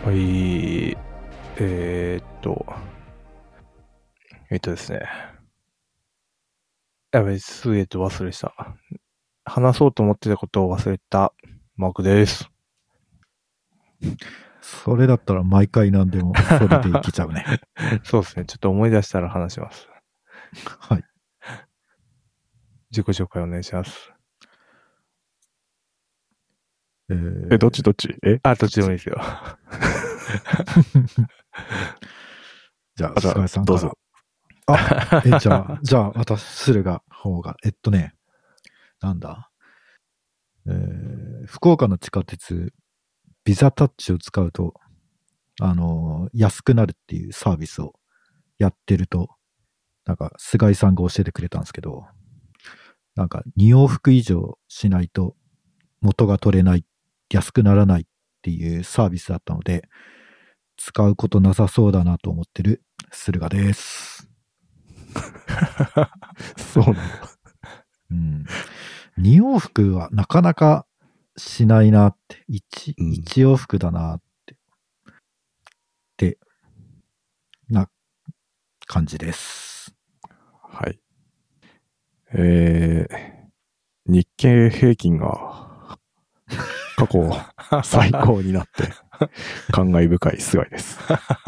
はい。ですね。やべ、すげえと忘れした。話そうと思ってたことを忘れたマークです。 それだったら毎回何でもそれでいけちゃうね。 そうですね。ちょっと思い出したら話します。 はい。 自己紹介お願いします。 どっちどっちどっちでもいいですよ。 じゃあ、菅井さんから。 どうぞ。 じゃあ、私、駿河方が、なんだ。福岡の地下鉄、ビザタッチを使うと、安くなるっていうサービスをやってると、なんか、菅井さんが教えてくれたんですけど、なんか、2往復以上しないと元が取れない、安くならないっていうサービスだったので、使うことなさそうだなと思ってる駿河です。 そうなんだ。 うん。2往復はなかなかしないなって。1往復だなって。な感じです。 はい。日経平均が過去最高になって感慨深い菅井です。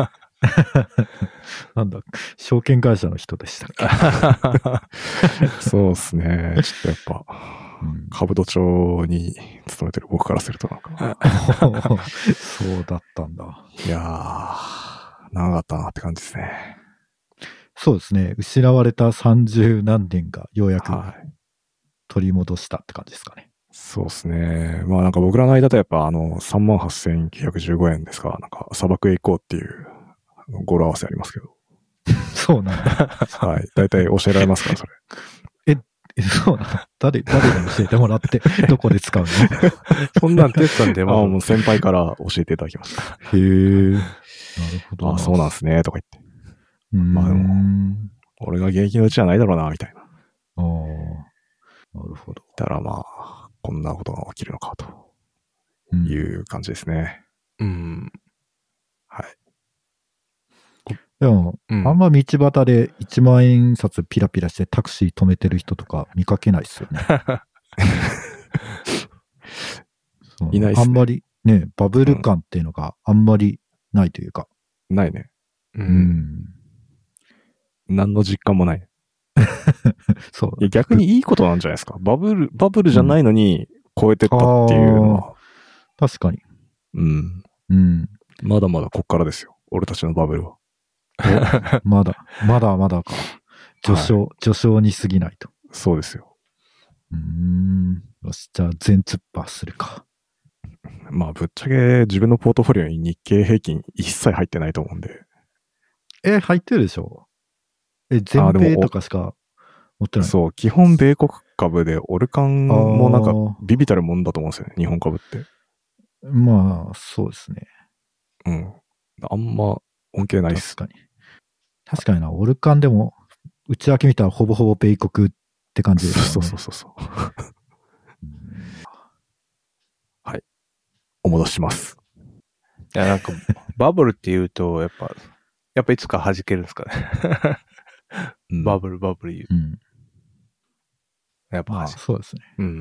なんだ、証券会社の人でしたっけ。 そうですね。ちょっとやっぱ、兜町に勤めてる僕からするとなんか。 そうだったんだ。 いやー、長かったなって感じですね。 そうですね。失われた30何年がようやく取り戻したって感じですかね。 そうですね。まあなんか僕らの間だとやっぱ38,915円ですか。なんか砂漠へ行こうっていう語呂合わせありますけど。 そうなんだ。 はい。だいたい教えられますから、それ。 そうなの。誰に教えてもらって、どこで使うのそんなんテストに出ます。 もう先輩から教えていただきました。 へえ。なるほど。 そうなんですね、とか言って。まあでも、俺が現役のうちはないだろうな、みたいな。 なるほど。 だからまあ、こんなことが起きるのか、という感じですね。はい。 でも、あんま道端で1万円札ピラピラしてタクシー止めてる人とか見かけないっすよね。 いないっすね。 あんまりね、バブル感っていうのがあんまりないというか。 ないね。何の実感もない。 そう。 逆にいいことなんじゃないですか。バブルじゃないのに超えてったっていうのは。 確かに。 まだまだこっからですよ。俺たちのバブルは。 まだか。序章に過ぎないと。 そうですよ。 よし、じゃあ全突破するか。 まあ、ぶっちゃけ自分のポートフォリオに日経平均一切入ってないと思うんで。 入ってるでしょ。全米とかしか持ってない。 そう、基本米国株で、オルカンもなんかビビたるもんだと思うんですよね、日本株って。 まあ、そうですね。 あんま恩恵ないっす。 確かにな、オルカンでも、内訳見たらほぼほぼ米国って感じですよね。 そう。はい。お戻しします。 いや、なんか、バブルって言うと、やっぱいつか弾けるんですかね。バブル言う。やっぱそうですね。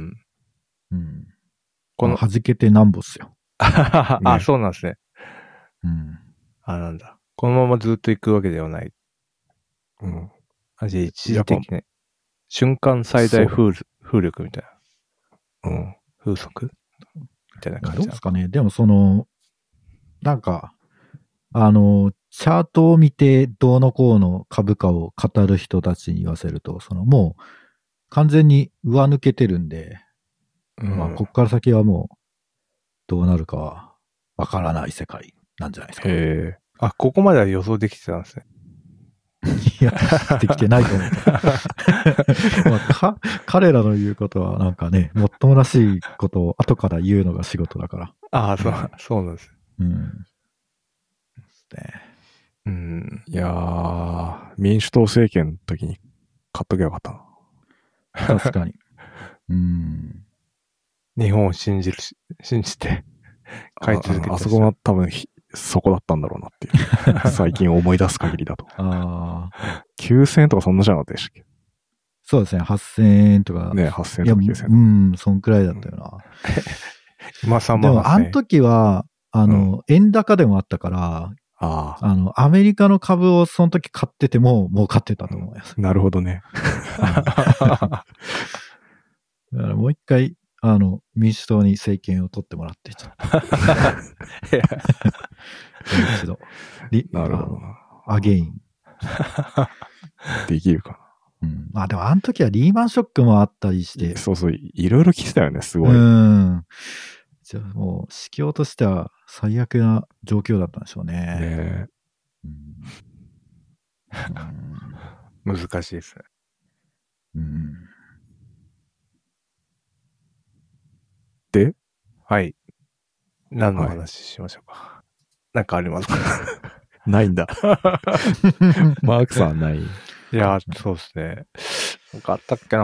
この弾けてなんぼっすよ。 そうなんですね。なんだ。このままずっと行くわけではない。一時的ね。瞬間最大風力みたいな。風速みたいな感じ。 どうですかね。でもなんか、チャートを見てどうのこうの株価を語る人たちに言わせると、もう完全に上抜けてるんで、まあ、こっから先はもうどうなるかはわからない世界なんじゃないですか。 ここまでは予想できてたんですね。 いや、できてないと思う。ま彼らの言うことはなんかね、もっともらしいことを後から言うのが仕事だから。 そうなんです。 いやー、民主党政権の時に買っとけばよかったな。確かに。 日本を信じて買い続けて。 あそこは多分そこだったんだろうなっていう。最近思い出す限りだと。 ああ。 9000円とかそんなじゃなかったでしたっけ？ そうですね。8000円とか。 ね、8000円とか9000円とか。 そんくらいだったよな。 今3万8000円。 でも、あの時は、円高でもあったから、アメリカの株をその時買ってても儲かってたと思います。 なるほどね。 だからもう一回、民主党に政権を取ってもらって、ちょっと。もう一度。 なるほどな。 アゲイン。 できるかな。まあでもあの時はリーマンショックもあったりして。 そうそう、いろいろ来てたよね、すごい。 じゃあもう、市況としては最悪な状況だったんでしょうね。 難しいですね。 で、 はい。何の話しましょうか。なんかありますか？ ないんだ。マークさんはない。 いや、そうですね。なんかあったっけ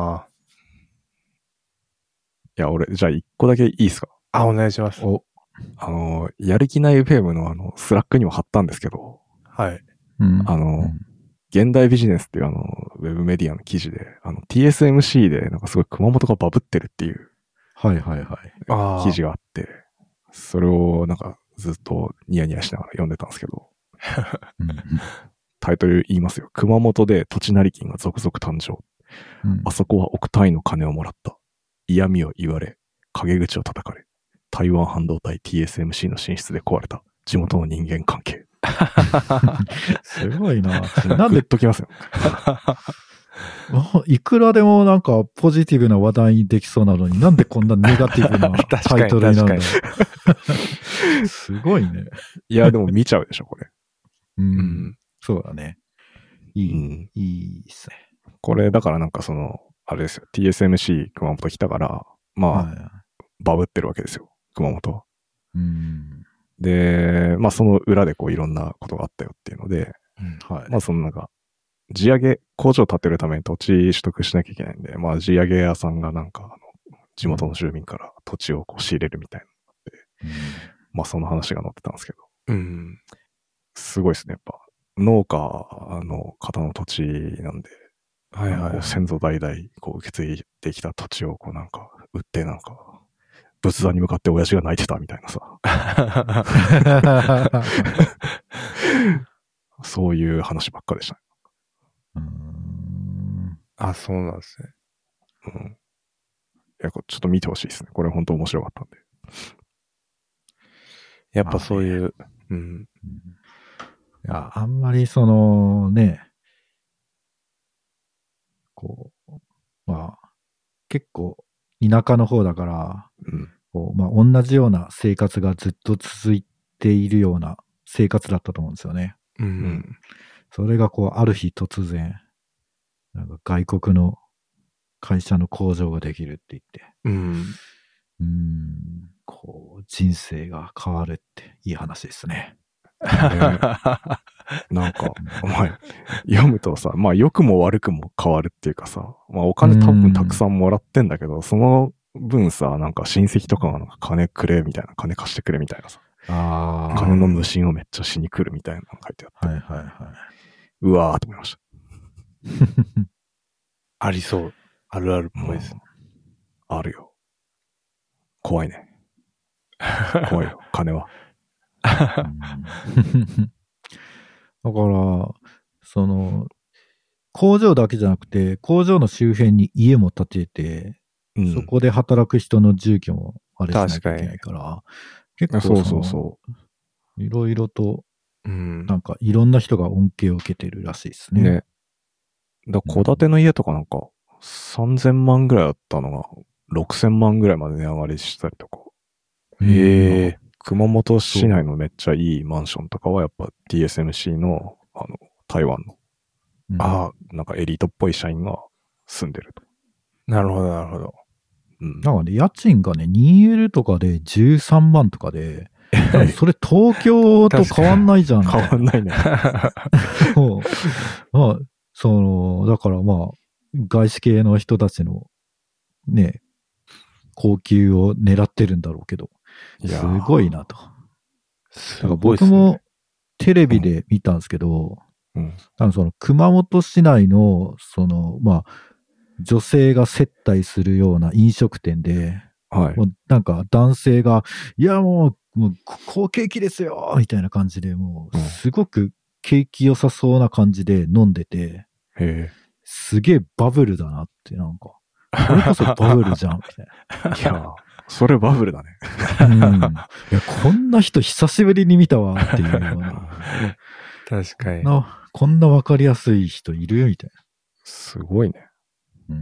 ないや、俺、じゃあ一個だけいいですか？ あ、お願いします。 やる気ない FM のスラックにも貼ったんですけど、 はい。 現代ビジネスっていうウェブメディアの記事で、TSMC でなんかすごい熊本がバブってるっていう、記事があって、それをなんかずっとニヤニヤしながら読んでたんですけど、タイトル言いますよ。熊本で土地成金が続々誕生。あそこは億単位の金をもらった。嫌味を言われ、陰口を叩かれ、台湾半導体 TSMC の進出で壊れた地元の人間関係。 すごいな。 なんでときますよ。 いくらでもなんかポジティブな話題にできそうなのになんでこんなネガティブなタイトルになるんだろう。すごいね。 いや、でも見ちゃうでしょ、これ。 そうだね。いいっすね。 これ、だからなんかあれですよ。TSMC 熊本来たから、まあ、バブってるわけですよ。熊本は。で、まあその裏でこういろんなことがあったよっていうので、まあそのなんか、地上げ、工場を建てるために土地取得しなきゃいけないんで、まあ地上げ屋さんがなんか地元の住民から土地をこう仕入れるみたいなので、まあその話が載ってたんですけど、すごいですね、やっぱ。農家の方の土地なんで、先祖代々こう受け継いできた土地をこうなんか売ってなんか、仏壇に向かって親父が泣いてたみたいなさ。そういう話ばっかでしたね。 あ、そうなんですね。 いや、ちょっと見てほしいですね。これ本当面白かったんで。 やっぱそういう、 いや、あんまりこう、まあ、結構田舎の方だから、まあ同じような生活がずっと続いているような生活だったと思うんですよね。それがこう、ある日突然、なんか外国の会社の工場ができるって言って、こう、人生が変わるっていい話ですね。 なんか、お前、読むとさ、まあ良くも悪くも変わるっていうかさ、まあお金多分たくさんもらってんだけど、その分さ、なんか親戚とかがなんか金くれみたいな、金貸してくれみたいなさ、金の無心をめっちゃしに来るみたいなのが書いてあって、うわーと思いました。 ありそう。あるあるっぽいです。 あるよ。怖いね。怖いよ、金は。 だから、工場だけじゃなくて、工場の周辺に家も建てて、そこで働く人の住居もあれしなきゃいけないから、結構いろいろと、なんかいろんな人が恩恵を受けてるらしいですね。 ね。戸建ての家とかなんか、3000万ぐらいだったのが、6000万ぐらいまで値上がりしたりとか。熊本市内のめっちゃいいマンションとかはやっぱ TSMC の、台湾の、なんかエリートっぽい社員が住んでると。 なるほど、なるほど。 なんかね、家賃がね、2L とかで13万とかで、それ東京と変わんないじゃん。 変わんないね。 だからまあ、外資系の人たちのね、高級を狙ってるんだろうけど、すごいなと。 すごいですね。 僕もテレビで見たんですけど、 うん、 その熊本市内の、まあ、女性が接待するような飲食店で、 はい。 もうなんか男性が、いやもう好景気ですよみたいな感じで、もうすごく景気良さそうな感じで飲んでて、すげえバブルだなって、なんか、これこそバブルじゃんみたいな。いや、それバブルだね。 うん。いや、こんな人久しぶりに見たわっていうような。 確かに。 こんなわかりやすい人いるよみたいな。 すごいね。 うん。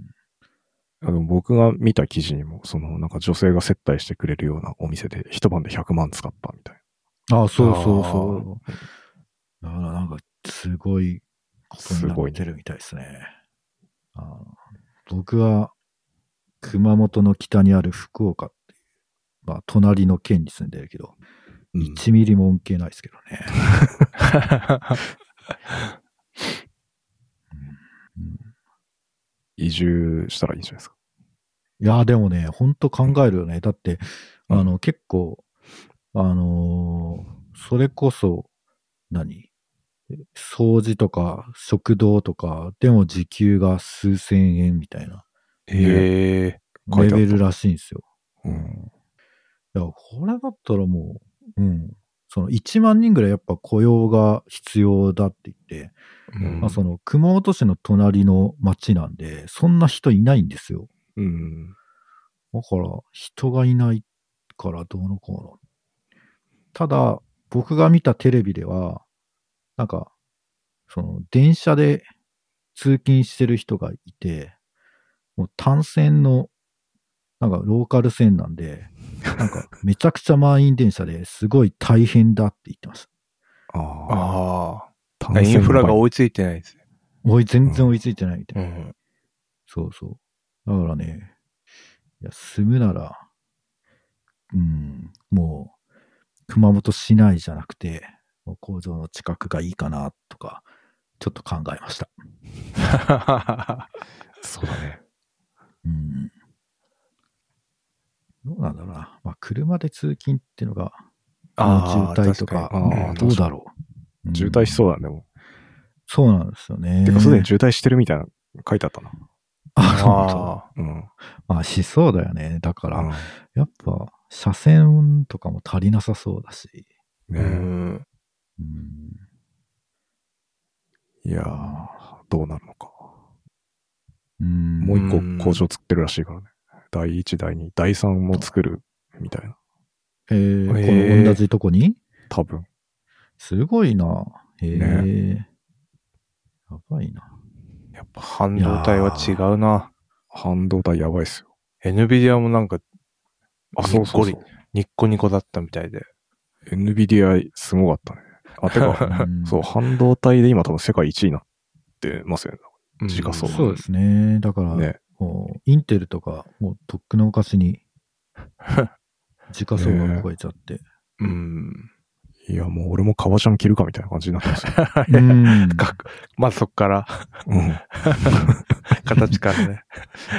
僕が見た記事にも、なんか女性が接待してくれるようなお店で一晩で100万使ったみたいな。あ、そうそうそう。だからなんか、すごいことになってるみたいですね。僕は、熊本の北にある福岡っていう、まあ、隣の県に住んでるけど、1ミリも恩恵ないですけどね。 移住したらいいんじゃないですか。 いや、でもね、ほんと考えるよね。だって、結構、それこそ、掃除とか食堂とかでも時給が数千円みたいな。レベルらしいんですよ。いや、これだったらもう、その1万人ぐらいやっぱ雇用が必要だって言って、まあ、その熊本市の隣の町なんで、そんな人いないんですよ。だから人がいないからどうのこうの。ただ、僕が見たテレビでは、なんか、電車で通勤してる人がいて、もう単線の、なんかローカル線なんで、なんかめちゃくちゃ満員電車ですごい大変だって言ってました。 ああ。インフラが追いついてないですね。 全然追いついてないみたいな。そうそう。だからね、いや、住むなら、もう、熊本市内じゃなくて、もう工場の近くがいいかな、とか、ちょっと考えました。 そうだね。 どうなんだろうな。まあ、車で通勤っていうのが、渋滞とか、どうだろう。渋滞しそうだね、もう。 そうなんですよね。 てか、すでに渋滞してるみたいな書いてあったな。 まあ、しそうだよね。だから、やっぱ、車線とかも足りなさそうだし。 いやー、どうなるのか。もう一個工場作ってるらしいからね。第1、第2、第3も作るみたいな。この同じとこに？ 多分。 すごいな。やばいな。 やっぱ半導体は違うな。 半導体やばいっすよ。 NVIDIA もなんか、 そうそうそう。 ニッコニコだったみたいで。 NVIDIA すごかったね。てか、そう、半導体で今多分世界一位になってますよね。時価総額。 そうですね。だから、もうインテルとか、もうとっくの昔に、時価総額超えちゃって。 いや、もう俺も革ジャン着るかみたいな感じになってますよ。 まずそっから。形からね。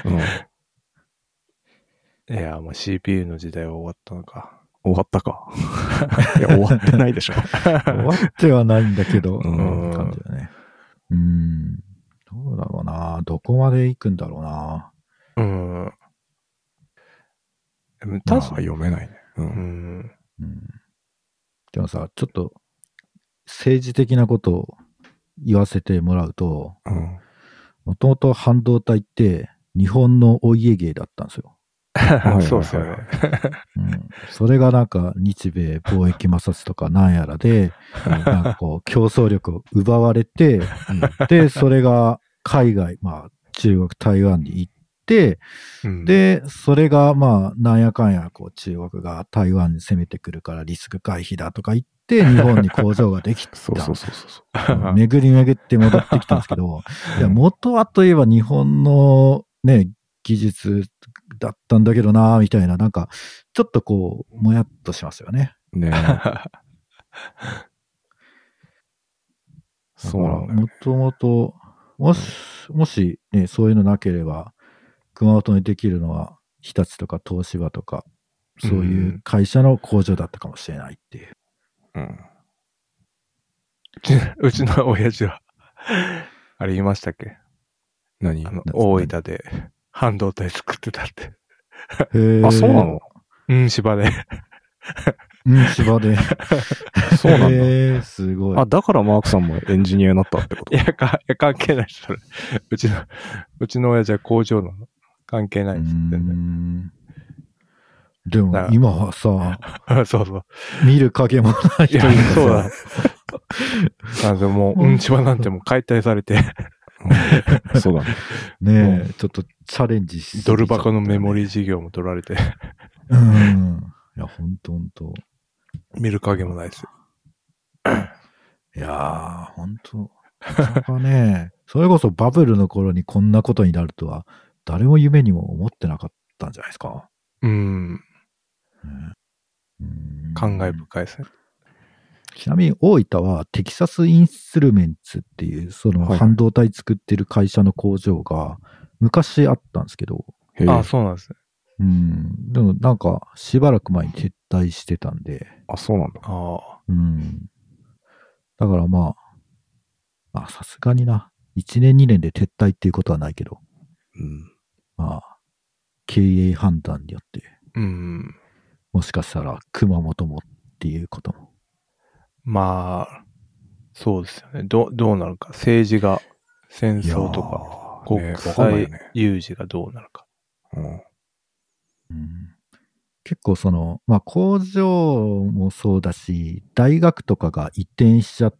いや、もう CPU の時代は終わったのか。 終わったか。いや、終わってないでしょ。 終わってはないんだけど、感じだね。どうだろうな。どこまで行くんだろうな。 まあ、読めないね。 でもさ、ちょっと政治的なことを言わせてもらうと、もともと半導体って日本のお家芸だったんですよ。 そうですよね。 それがなんか日米貿易摩擦とかなんやらで、なんかこう競争力を奪われて、で、それが海外、まあ中国、台湾に行って、で、それがまあなんやかんやこう中国が台湾に攻めてくるからリスク回避だとか言って、日本に工場ができた。巡り巡って戻ってきたんですけど、いや元はといえば日本のね、技術だったんだけどなみたいな、なんか、ちょっとこう、もやっとしますよね。 ねそうなんだよね。もともと、もしね、そういうのなければ、熊本にできるのは、日立とか東芝とか、 そういう会社の工場だったかもしれないっていう。 うん。 うちの親父は、あれ言いましたっけ？ 何？ 大分で半導体作ってたって。 へあ、そうなの？ 芝で。 芝で。 そうなんだ。 すごい。 あ、だからマークさんもエンジニアになったってこと？ いや、関係ないです、それ。うちの親父は工場なの。関係ないです、全然。 でも今はさ、 そうそう。 見る影もない人いるんだ。 そうだ。なんでもう、千葉なんてもう解体されて。 そうだね。 ねえ、ちょっとチャレンジし、 ドル箱のメモリー事業も取られて。 いや、ほんと。 見る影もないですよ。 いやー、ほんと。なんかね、それこそバブルの頃にこんなことになるとは、誰も夢にも思ってなかったんじゃないですか。 感慨深いですね。 ちなみに大分はテキサスインストゥルメンツっていうその半導体作ってる会社の工場が昔あったんですけど。 あ、そうなんですね。 でもなんかしばらく前に撤退してたんで。 あ、そうなんだ。 だからさすがにな。1年2年で撤退っていうことはないけど。経営判断によって。もしかしたら熊本もっていうことも。 そうですよね。どうなるか。政治が、戦争とか、国際有事がどうなるか。 結構工場もそうだし、大学とかが移転しちゃって、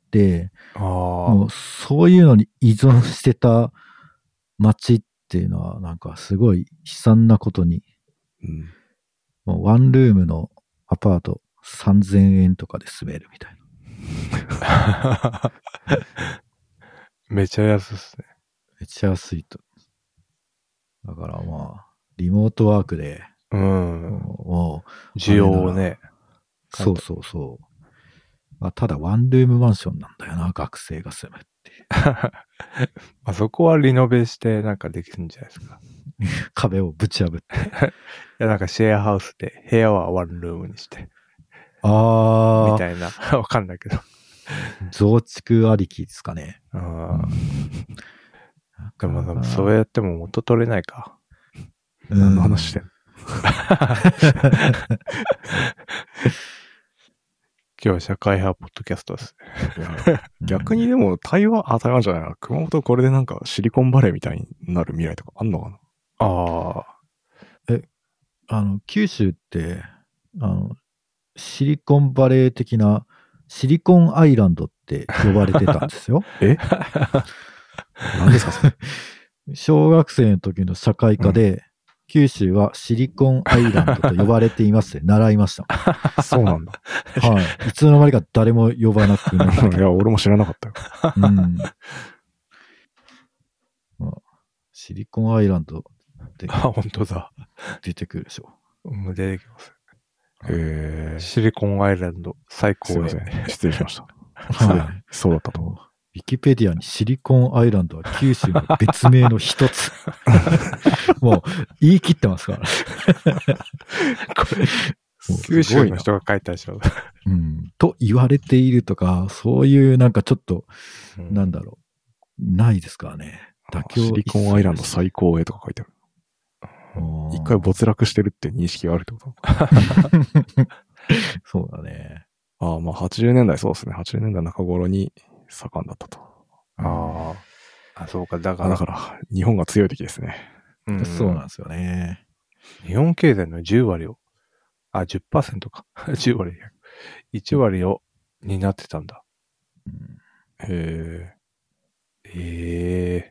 もうそういうのに依存してた街っていうのは、なんかすごい悲惨なことに、もうワンルームのアパート3000円とかで住めるみたいな。 めちゃ安っすね。 めちゃ安いと。だからリモートワークで、 もう、需要をね。 そう。ただワンルームマンションなんだよな、学生が住むって。 そこはリノベしてなんかできるんじゃないですか。 壁をぶち破って。 いや、なんかシェアハウスで部屋はワンルームにして。みたいな。わかんないけど。 増築ありきですかね。 でも、そうやっても元取れないか。 何の話してんの？ 今日は社会派ポッドキャストです。 逆にでも台湾じゃないな。熊本これでなんかシリコンバレーみたいになる未来とかあんのかな？九州って、シリコンバレー的なシリコンアイランドって呼ばれてたんですよ。 何ですかそれ？ 小学生の時の社会科で、九州はシリコンアイランドと呼ばれていますって習いました。 そうなんだ。 はい。いつの間にか誰も呼ばなくなった。 いや、俺も知らなかったよ。 シリコンアイランドって。 本当だ。 出てくるでしょ。 出てきます。シリコンアイランド最高。 すいません。失礼しました。はい。そうだったと思う。 ウィキペディアにシリコンアイランドは九州の別名の一つ。もう言い切ってますから。 これ九州の人が書いたでしょ。 と言われているとか、そういうなんかちょっと、なんだろう。ないですからね。 シリコンアイランド最高へとか書いてある。一回没落してるって認識があるってこと？ そうだね。 80年代そうですね。80年代中頃に盛んだったと。 そうか。だから日本が強い時ですね。 そうなんですよね。 日本経済の10割を、10% か。10割、1割を担ってたんだ。 へえ。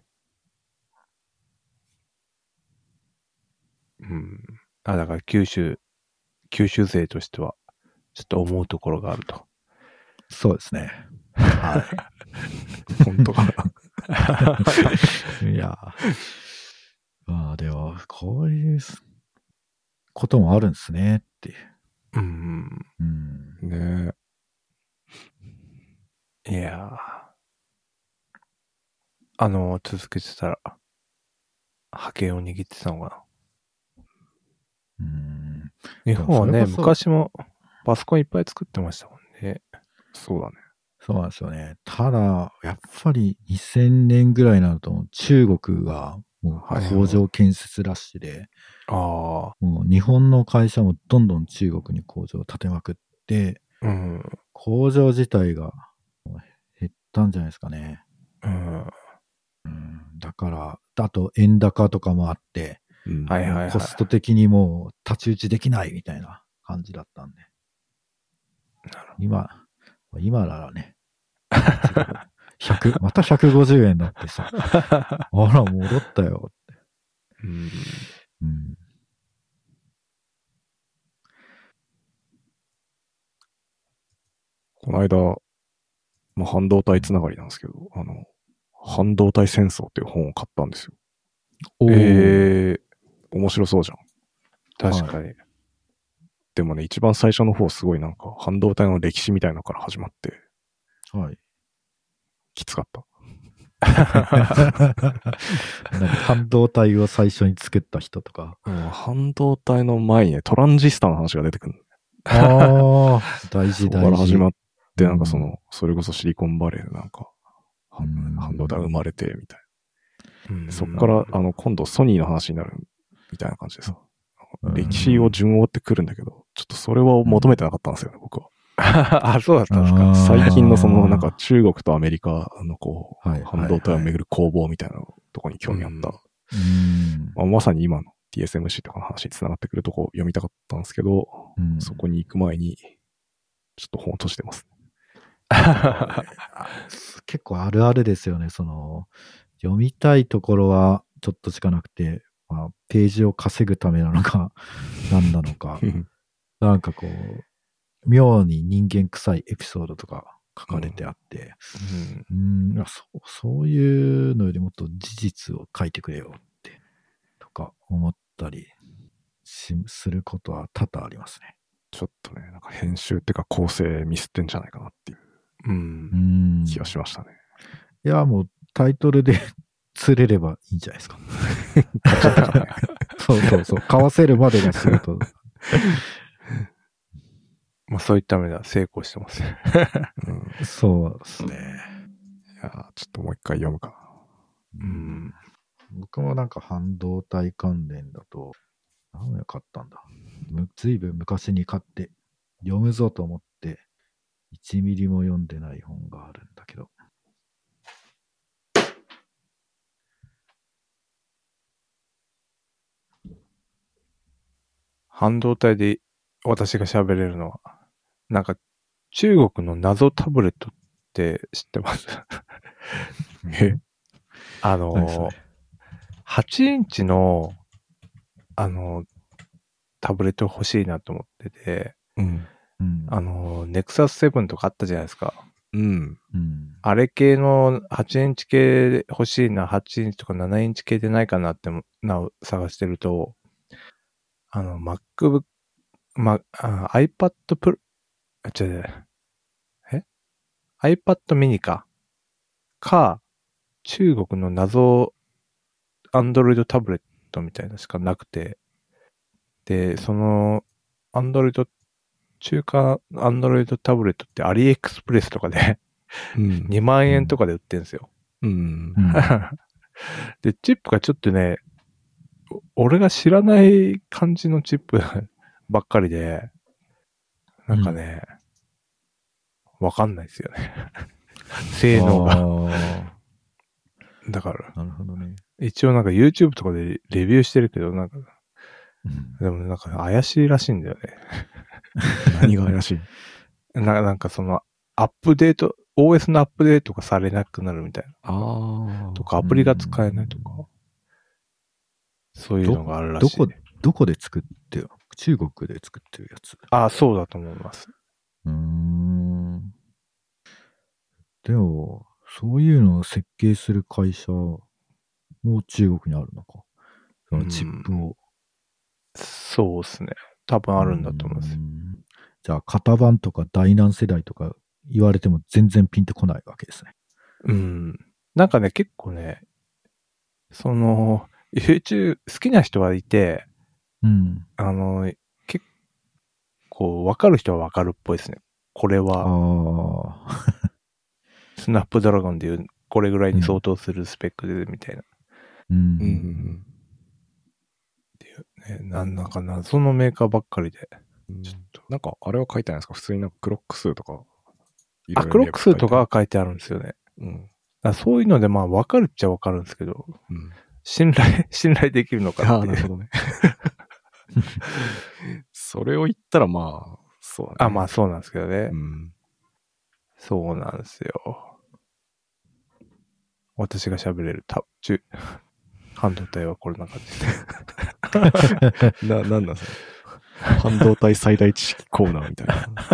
だから九州勢としては、ちょっと思うところがあると。 そうですね。はい。 本当かな。いや。でも、こういうこともあるんですねって。 ねえ。いや続けてたら、覇権を握ってたのかな。 日本はね、昔もパソコンいっぱい作ってましたもんね。 そうだね。 そうなんですよね。ただ、やっぱり2000年ぐらいになると、中国がもう工場建設ラッシュで、もう日本の会社もどんどん中国に工場を建てまくって、工場自体が減ったんじゃないですかね。だから、あと円高とかもあって、コスト的にもう太刀打ちできないみたいな感じだったんで。今ならね、また150円だってさ、あら、戻ったよって。 この間、半導体つながりなんですけど、半導体戦争っていう本を買ったんですよ。面白そうじゃん。 確かに。 でもね、一番最初の方すごいなんか半導体の歴史みたいなのから始まって、きつかった。 半導体を最初に作った人とか。 半導体の前にね、トランジスタの話が出てくる。 大事。 そこから始まって、なんかそれこそシリコンバレーでなんか、半導体が生まれて、みたいな。そこから、今度ソニーの話になる、みたいな感じでさ。歴史を順を追ってくるんだけど、ちょっとそれを求めてなかったんですよね、僕は。 あ、そうだったんですか。 最近のなんか中国とアメリカの半導体をめぐる攻防みたいなところに興味あった。まさに今の TSMC とかの話につながってくるとこ読みたかったんですけど、そこに行く前に、ちょっと本を閉じてます。 結構あるあるですよね。読みたいところはちょっとしかなくて、ページを稼ぐためなのか、何なのか、なんか妙に人間臭いエピソードとか書かれてあって、そういうのよりもっと事実を書いてくれよって、とか思ったりすることは多々ありますね。 ちょっとね、なんか編集っていうか構成ミスってんじゃないかなっていう気がしましたね。 いや、もうタイトルで釣れればいいんじゃないですか。そう。買わせるまでが仕事。 そういった意味では成功してます。 そうですね。 いや、ちょっともう一回読むかな。僕もなんか半導体関連だと、何を買ったんだ。ずいぶん昔に買って読むぞと思って1ミリも読んでない本があるんだけど。 半導体で私が喋れるのは、なんか中国の謎タブレットって知ってます8インチのタブレット欲しいなと思ってて、ネクサス7とかあったじゃないですか。あれ系の8インチ系欲しいな、8インチとか7インチ系でないかなって探してると、MacBook、iPad Pro、iPad mini か、中国の謎 Android タブレットみたいなしかなくて、で、Android 中華 Android タブレットってアリエクスプレスとかで2万円とかで売ってるんですよ。で、チップがちょっとね、俺が知らない感じのチップばっかりで、なんかね、わかんないですよね。性能が。だから、 なるほどね。 一応なんか YouTube とかでレビューしてるけど、なんか、でもなんか怪しいらしいんだよね。 何が怪しいなんかアップデート、OS のアップデートがされなくなるみたいな。とか、アプリが使えないとか。そういうのがあるらしい、ね。 どこで作ってる？中国で作ってるやつ。 そうだと思います。 でも、そういうのを設計する会社も中国にあるのか。そのチップを。 そうですね。多分あるんだと思います。 じゃあ、型番とか第何世代とか言われても全然ピンとこないわけですね。 なんかね、結構ね、YouTube 好きな人はいて、 こう、わかる人はわかるっぽいですね。これは、スナップドラゴンでいう、これぐらいに相当するスペックで、みたいな。っていうね、なんか謎のメーカーばっかりで。 ちょっとなんか、あれは書いてないですか？普通になんかクロック数とか。 クロック数とかは書いてあるんですよね。だそういうので、まあ、わかるっちゃわかるんですけど、信頼できるのかなっていう。 なるほどね。それを言ったらまあ、そうだね。 まあそうなんですけどね。そうなんですよ。私が喋れる半導体はこれな感じで。 なんだそれ。半導体最大知識コーナーみたい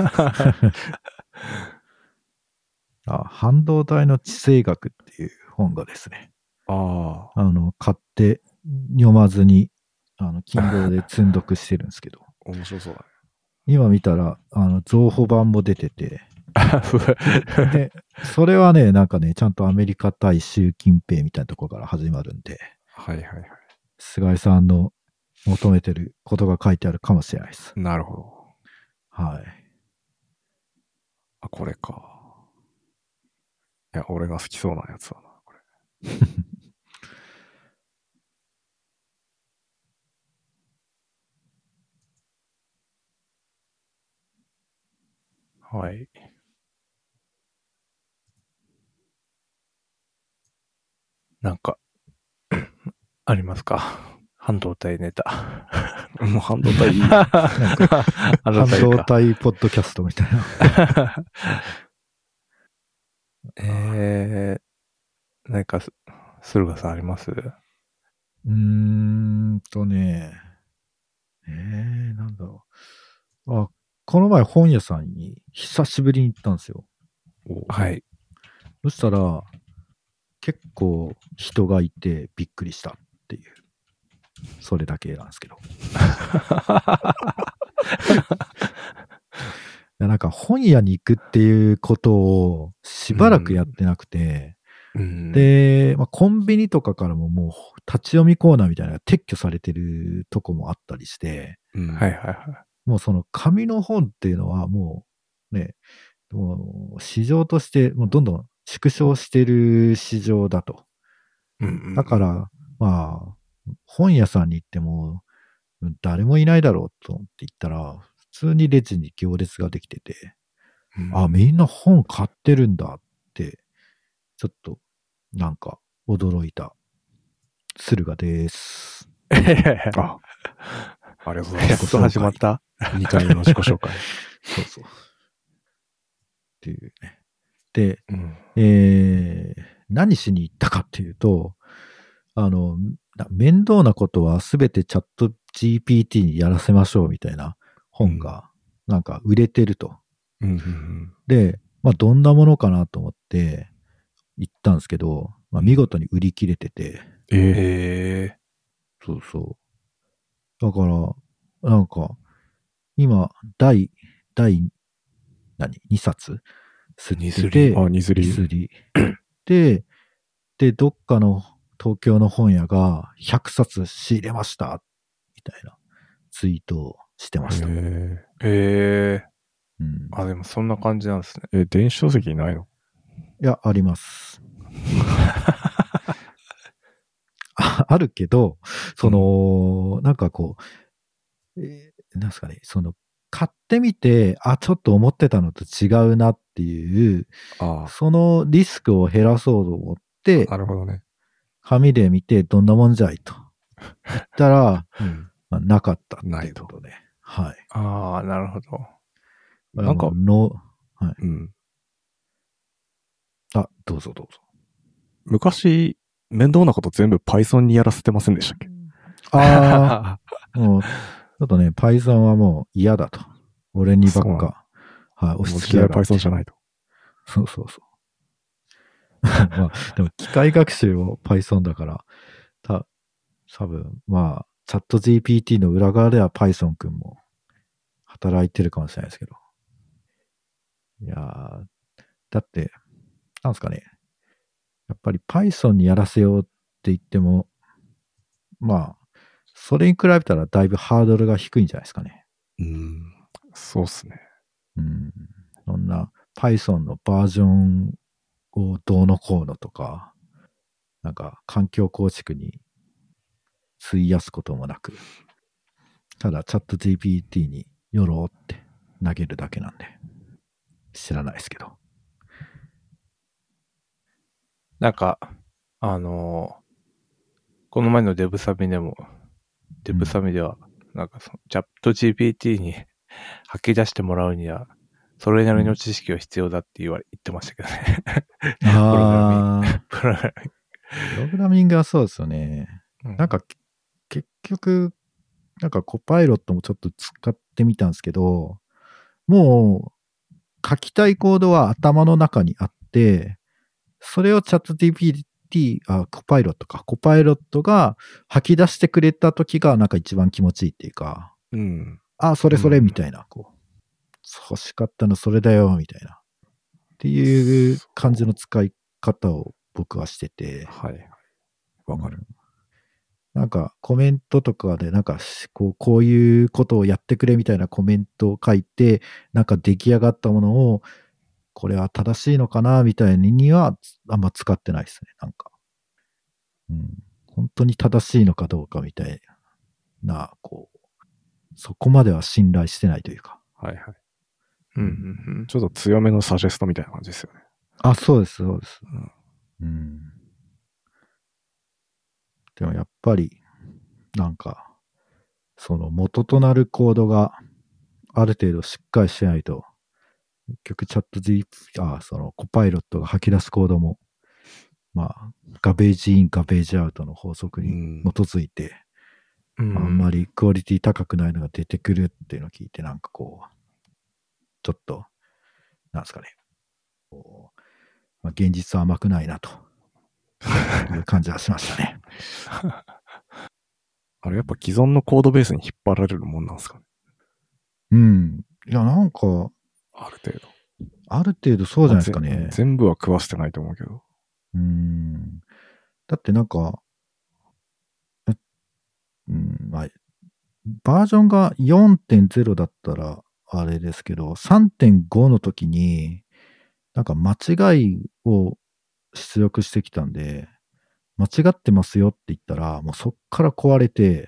な。半導体の地政学っていう本がですね。買って読まずに、Kindle で積んどくしてるんですけど。 面白そうだね。 今見たら、増補版も出てて。で、それはね、なんかね、ちゃんとアメリカ対習近平みたいなところから始まるんで。菅井さんの求めてることが書いてあるかもしれないです。 なるほど。 はい。 これか。いや、俺が好きそうなやつだな、これ。 はい。なんか、ありますか？半導体ネタ。 もう半導体いい。 半導体ポッドキャストみたいな。 何か、駿河さんあります？ なんだろう。この前本屋さんに久しぶりに行ったんですよ。 はい。 そしたら、結構人がいてびっくりしたっていう。それだけなんですけど。なんか本屋に行くっていうことをしばらくやってなくて、で、コンビニとかからももう立ち読みコーナーみたいなのが撤去されてるとこもあったりして、もうその紙の本っていうのはもうね、もう市場としてもうどんどん縮小してる市場だと。だから、まあ、本屋さんに行っても誰もいないだろうと思って行ったら、普通にレジに行列ができてて、みんな本買ってるんだって、ちょっと、なんか、驚いた、駿河です。 ありがとうございます。 やっと始まった ?2 回目の自己紹介。 そう。っていうね。で、何しに行ったかっていうと、面倒なことはすべてチャット GPT にやらせましょうみたいな本が、なんか売れてると。で、どんなものかなと思って行ったんですけど、見事に売り切れてて。そう。だから、なんか、今、第2冊吸ってて、 2刷り。 で、どっかの東京の本屋が100冊仕入れました、みたいなツイートをしてました。 でもそんな感じなんですね。 電子書籍ないの？ いや、あります。あるけど、なんかこう、なんですかね、買ってみて、ちょっと思ってたのと違うなっていう、そのリスクを減らそうと思って、 なるほどね。 紙で見てどんなもんじゃいと言ったら、なかったっていうことで。はい。 なるほど。 なんか、 はい。どうぞ。 昔、面倒なこと全部 Python にやらせてませんでしたっけ？ もう、ちょっとね、Python はもう嫌だと。俺にばっか、押し付けやがって。 Python じゃないと。 そう。でも機械学習を Python だから、多分、チャット GPT の裏側では Python 君も働いてるかもしれないですけど。いやー、だって、なんですかね。やっぱり Python にやらせようって言っても、それに比べたらだいぶハードルが低いんじゃないですかね。 そうっすね。 そんな Python のバージョンをどうのこうのとか、なんか環境構築に費やすこともなく、ただチャット GPT によろうって投げるだけなんで、知らないですけど。 なんか、この前のデブサミでも、デブサミでは、なんかそのチャット GPT に吐き出してもらうには、それなりの知識が必要だって言ってましたけどね。プログラミングはそうですよね。なんか結局、なんかコパイロットもちょっと使ってみたんですけど、もう書きたいコードは頭の中にあって、それをチャット GPT、コパイロットが吐き出してくれた時がなんか一番気持ちいいっていうか、それみたいな、こう、欲しかったのそれだよ、みたいな。っていう感じの使い方を僕はしてて。 はい。わかる。 なんかコメントとかでなんかこういうことをやってくれみたいなコメントを書いて、なんか出来上がったものをこれは正しいのかなみたいにはあんま使ってないですね。なんか、本当に正しいのかどうかみたいな、こうそこまでは信頼してないというか。 はいはい。ちょっと強めのサジェストみたいな感じですよね。 そうですそうです。でもやっぱり、なんか、その元となるコードがある程度しっかりしてないと、結局チャット GPT、そのコパイロットが吐き出すコードも、ガベージイン、ガベージアウトの法則に基づいて、あんまりクオリティ高くないのが出てくるっていうのを聞いて、なんかこう、ちょっと、なんですかね、こう現実は甘くないなという感じはしましたね。 あれやっぱ既存のコードベースに引っ張られるもんなんですかね。 いや、なんか、ある程度そうじゃないですかね。 全部は食わせてないと思うけど。 だってなんか、バージョンが 4.0 だったらあれですけど、3.5 の時に、なんか間違いを出力してきたんで、間違ってますよって言ったら、もうそっから壊れて、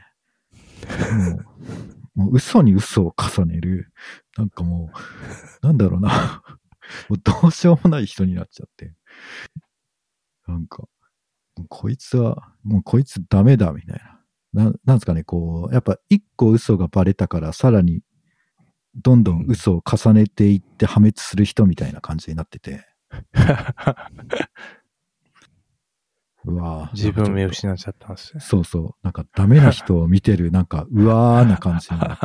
もう嘘に嘘を重ねる、なんかもう、なんだろうな、もうどうしようもない人になっちゃって、なんか、こいつダメだみたいな。なんですかね、こう、やっぱ一個嘘がバレたからさらにどんどん嘘を重ねていって破滅する人みたいな感じになってて。うわ自分見失っちゃったんですね。 そうそう。なんかダメな人を見てる、なんかうわーな感じになって。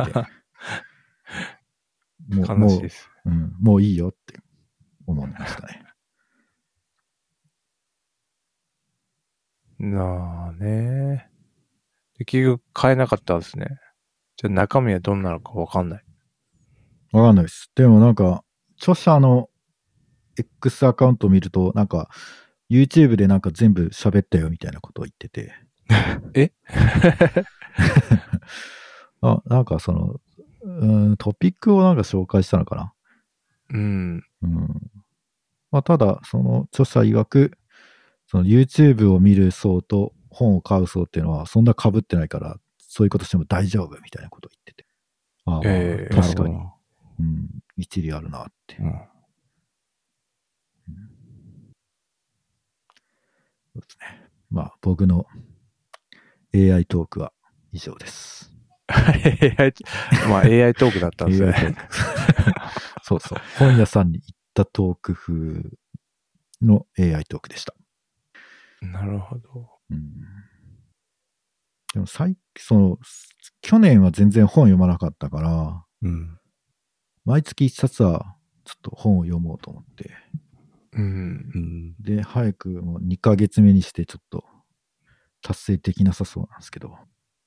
悲しいです。 もういいよって思いましたね。 なあね。結局買えなかったんですね。じゃあ中身はどんなのかわかんない。 わかんないです。でもなんか、著者の X アカウントを見ると、なんか、YouTube でなんか全部喋ったよみたいなことを言ってて。 えなんかその、トピックをなんか紹介したのかな。ただ、その著者曰く、その YouTube を見る層と本を買う層っていうのはそんな被ってないから、そういうことしても大丈夫みたいなことを言ってて。確かに。一理あるなって。そうですね。僕の AI トークは以上です。 AI トークだったんですね。 そうそう。本屋さんに行ったトーク風の AI トークでした。 なるほど。 でも去年は全然本読まなかったから、毎月一冊はちょっと本を読もうと思って。で、早くもう2ヶ月目にしてちょっと達成できなさそうなんですけど。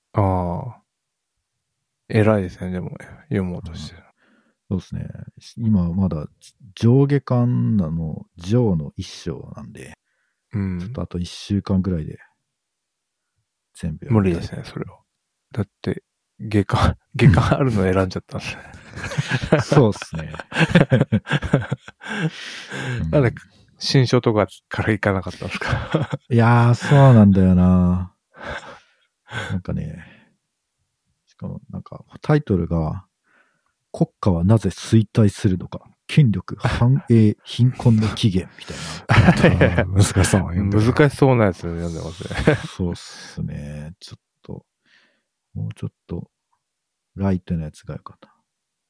偉いですね、でも読もうとしてる。 そうですね。今まだ上下巻の上の一章なんで、ちょっとあと1週間ぐらいで全部無理ですね、それは。だって、下巻あるの選んじゃったんですね。 そうっすね。 なんで、新書とかから行かなかったんですか？ いやー、そうなんだよな。なんかね、しかもなんかタイトルが、国家はなぜ衰退するのか、権力、繁栄、貧困の起源みたいな。 難しそうな読んでるな。 難しそうなやつ読んでますね。 そうっすね。ちょっと、もうちょっと、ライトなやつがよかった。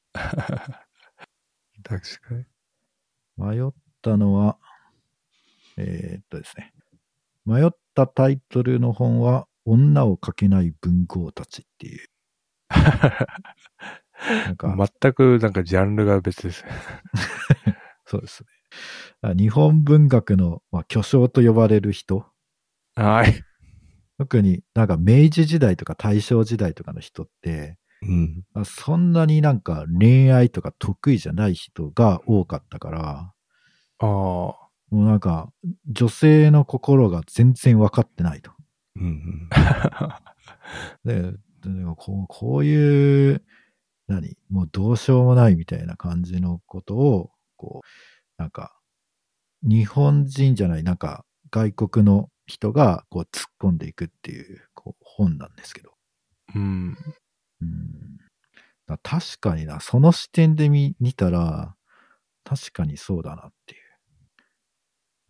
確かに。 迷ったのは、ですね。迷ったタイトルの本は、女を書けない文豪たちっていう。なんか全くなんかジャンルが別ですね。 そうですね。日本文学の、巨匠と呼ばれる人。 はい。 特になんか明治時代とか大正時代とかの人って、そんなになんか恋愛とか得意じゃない人が多かったから、もうなんか女性の心が全然分かってないと。でこういう、もうどうしようもないみたいな感じのことを、なんか、日本人じゃない、なんか外国の人が突っ込んでいくっていう、本なんですけど。確かにな、その視点で見たら、確かにそうだなっていう。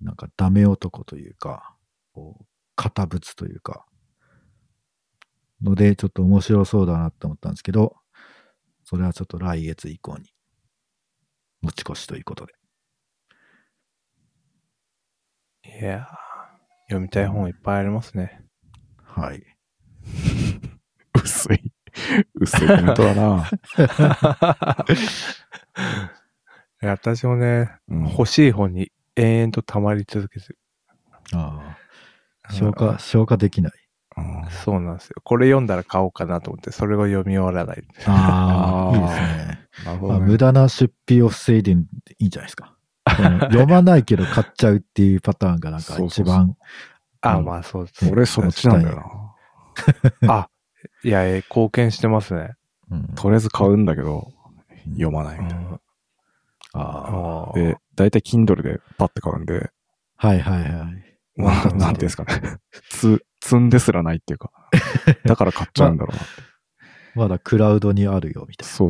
なんかダメ男というか、堅物というか、ので、ちょっと面白そうだなって思ったんですけど、それはちょっと来月以降に持ち越しということで。 いやー、読みたい本いっぱいありますね。 はい。 薄いコメントだな。 いや私もね、欲しい本に延々と溜まり続けてる。 消化できない。 そうなんですよ。これ読んだら買おうかなと思って、それを読み終わらない。 いいですね。なるほどね。無駄な出費を防いでいいんじゃないですか。読まないけど買っちゃうっていうパターンがなんか一番。 まあそうですね。 俺そっちなんだよな。いや、貢献してますね。 とりあえず買うんだけど、読まないみたいな。で、だいたい Kindle でパッて買うんで。 はいはいはい。 なんていうんですかね。積んですらないっていうか。だから買っちゃうんだろうなって。 まだクラウドにあるよみたいな。 そう。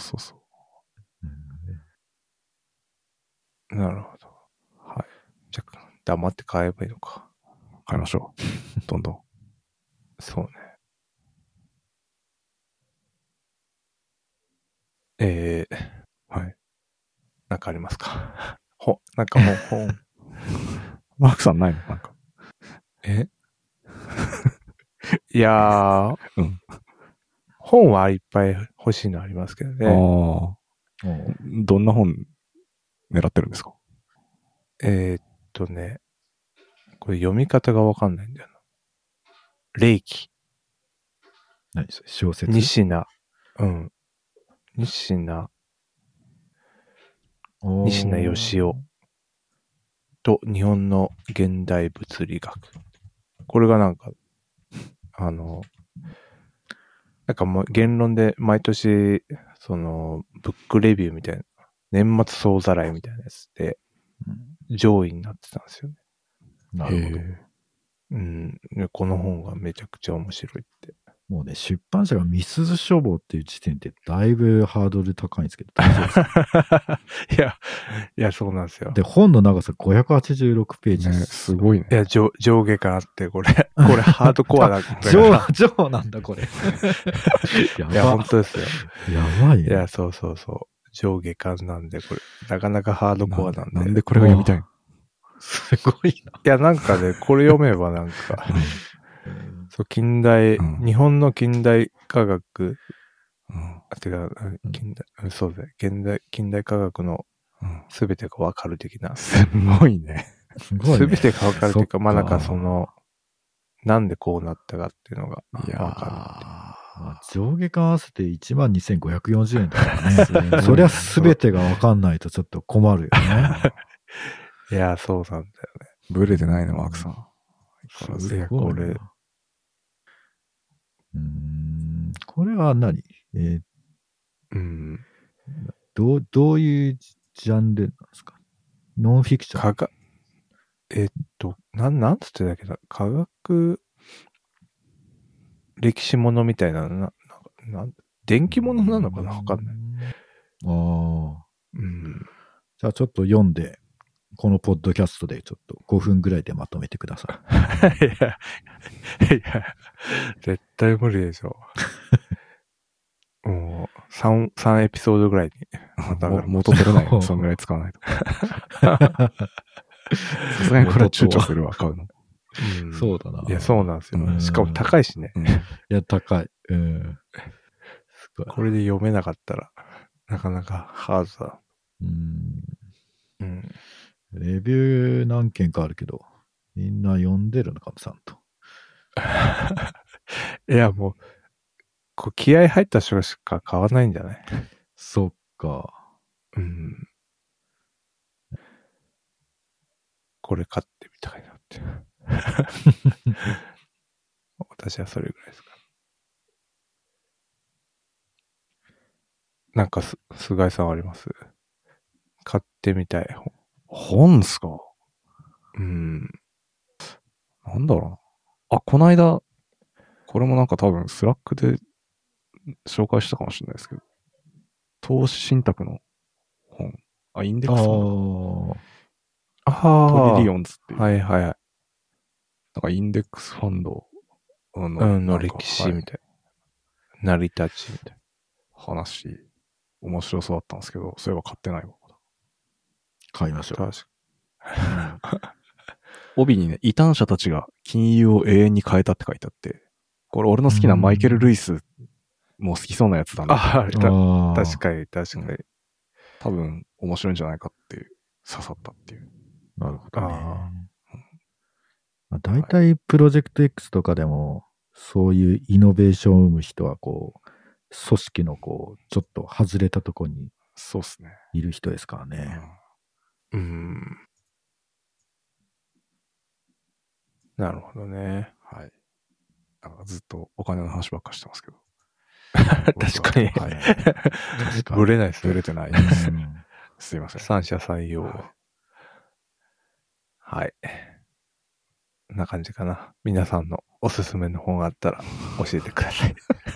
なるほど。はい。じゃあ、黙って買えばいいのか。 買いましょう。どんどん。 そうね。 はい。 なんかありますか？なんか本。 マークさんないのなんか。 いやー、本はいっぱい欲しいのありますけどね。 どんな本狙ってるんですか？ これ読み方がわかんないんだよな。霊気。 何それ小説？ 西名義雄と日本の現代物理学。これがなんかもう言論で毎年、ブックレビューみたいな、年末総ざらいみたいなやつで、上位になってたんですよね。 なるほど。 この本がめちゃくちゃ面白いって。 もうね、出版社がミスズ書房っていう時点でだいぶハードル高いんですけど、大丈夫ですか？ いや、そうなんですよ。 で、本の長さ586ページ。 すごいね。 いや、上下があって、これハードコアだ。 上なんだ、これ。 いや、本当ですよ。 やばいね。 いや、そう。上下巻なんで、これ、なかなかハードコアなんで。 なんでこれが読みたいの？ すごいな。 いや、なんかね、これ読めばなんか、そう、日本の近代科学、そうだね、近代科学のすべてがわかる的な。 すごいね。 すべてがわかるというか、まあなんかなんでこうなったかっていうのがわかる。上下巻合わせて 12,540 円だからね。そりゃすべてがわかんないとちょっと困るよね。 いや、そうなんだよね。 ブレてないの、マークさん。 これ。 これは何？ どういうジャンルなんですか？ノンフィクション。 なんつってたっけな、科学、歴史ものみたいな、電気ものなのかなわかんない。 ああ。 うん。 じゃあちょっと読んで、このポッドキャストでちょっと5分ぐらいでまとめてくださいや、絶対無理でしょ。もう、3エピソードぐらいにまた元取れないよ。そんぐらい使わないと。さすがにこれは躊躇するわ、買うの。 うん、そうだな。 いや、そうなんですよ。しかも高いしね。 いや、高い。うん。 すごい。これで読めなかったら、なかなかハードだ。 うん。レビュー何件かあるけど、みんな読んでるのかも、ちゃんと。 いや、もう、気合入った人しか買わないんじゃない？ そっか。 うん。これ買ってみたいなって。私はそれぐらいですか。なんか菅井さんあります？買ってみたい本っすか？ うん。 なんだろうな。あ、この間、これもなんか多分スラックで紹介したかもしれないですけど、投資信託の本。インデックスファンド。トリリオンズっていう。 はいはいはい。 なんかインデックスファンドの歴史みたいな。成り立ちみたいな。 話、面白そうだったんですけど、そういえば買ってないわ。 買いましょう。 確か帯にね、異端者たちが金融を永遠に変えたって書いてあって、これ俺の好きなマイケル・ルイスも好きそうなやつだな。 確かに。 多分面白いんじゃないかっていう、刺さったっていう。 なるほどね。大体プロジェクト X とかでも、そういうイノベーションを生む人は、こう、組織のこう、ちょっと外れたとこに、 そうっすね。 いる人ですからね。 なるほどね。 はい。なんかずっとお金の話ばっかしてますけど。 確かに。はい。ぶれないですね。 ぶれてないです。すいません。 三者三様。はい。こんな感じかな。皆さんのおすすめの本があったら教えてください。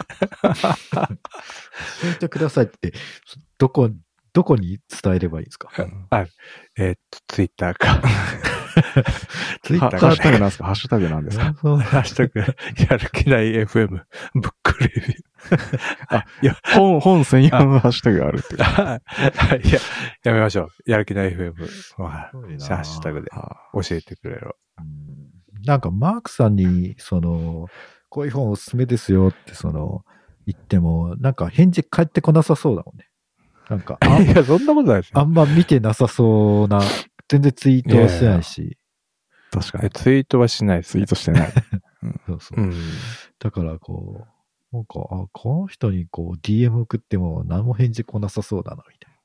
教えてくださいって、どこに伝えればいいですか？ ツイッターか。 ツイッターハッシュタグなんですか？ハッシュタグなんですか？ ハッシュタグ、やる気ない FM、ブックレビュー。 いや、本専用のハッシュタグがあるっていう。 いや、やめましょう。やる気ない FM。ハッシュタグで教えてくれれば。 なんか、マークさんに、こういう本おすすめですよって、言っても、なんか返事返ってこなさそうだもんね。なんか、 いや、そんなことないですよ。 あんま見てなさそうな、全然ツイートはしてないし。 確かに。 ツイートはしないです。 ツイートしてない。 そうそう。だからこう、なんか、この人にこう DM 送っても何も返事来なさそうだな、みたいな。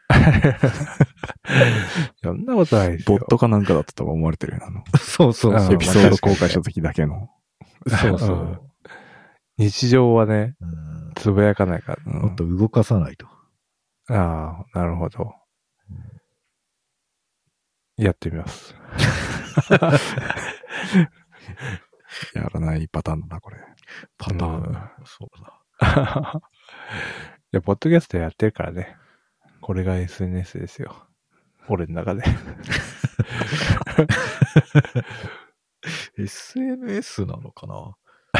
そんなことないですよ。 ボットかなんかだったと思われてるよな。 そうそう。 エピソード公開した時だけの。 そうそう。 日常はね、つぶやかないから。 もっと動かさないと。 ああ、なるほど。やってみます。 やらないパターンだな、これ。 パターン。そうだ。 いや、ポッドキャストやってるからね。これが SNS ですよ。俺の中で。 SNS なのかな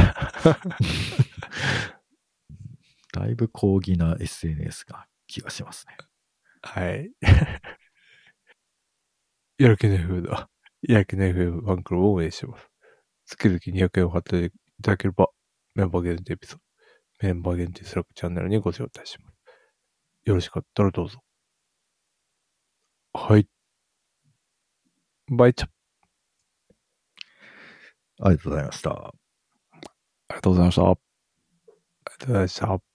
だいぶ高義な SNS が気がしますね。 はい。やる気ない風だ。やる気ない風ファンクラブを運営してます。月々200円を貼っていただければ、メンバー限定エピソード、メンバー限定スラックチャンネルにご招待します。よろしかったらどうぞ。はい。バイチャ。 ありがとうございました。 ありがとうございました。 ありがとうございました。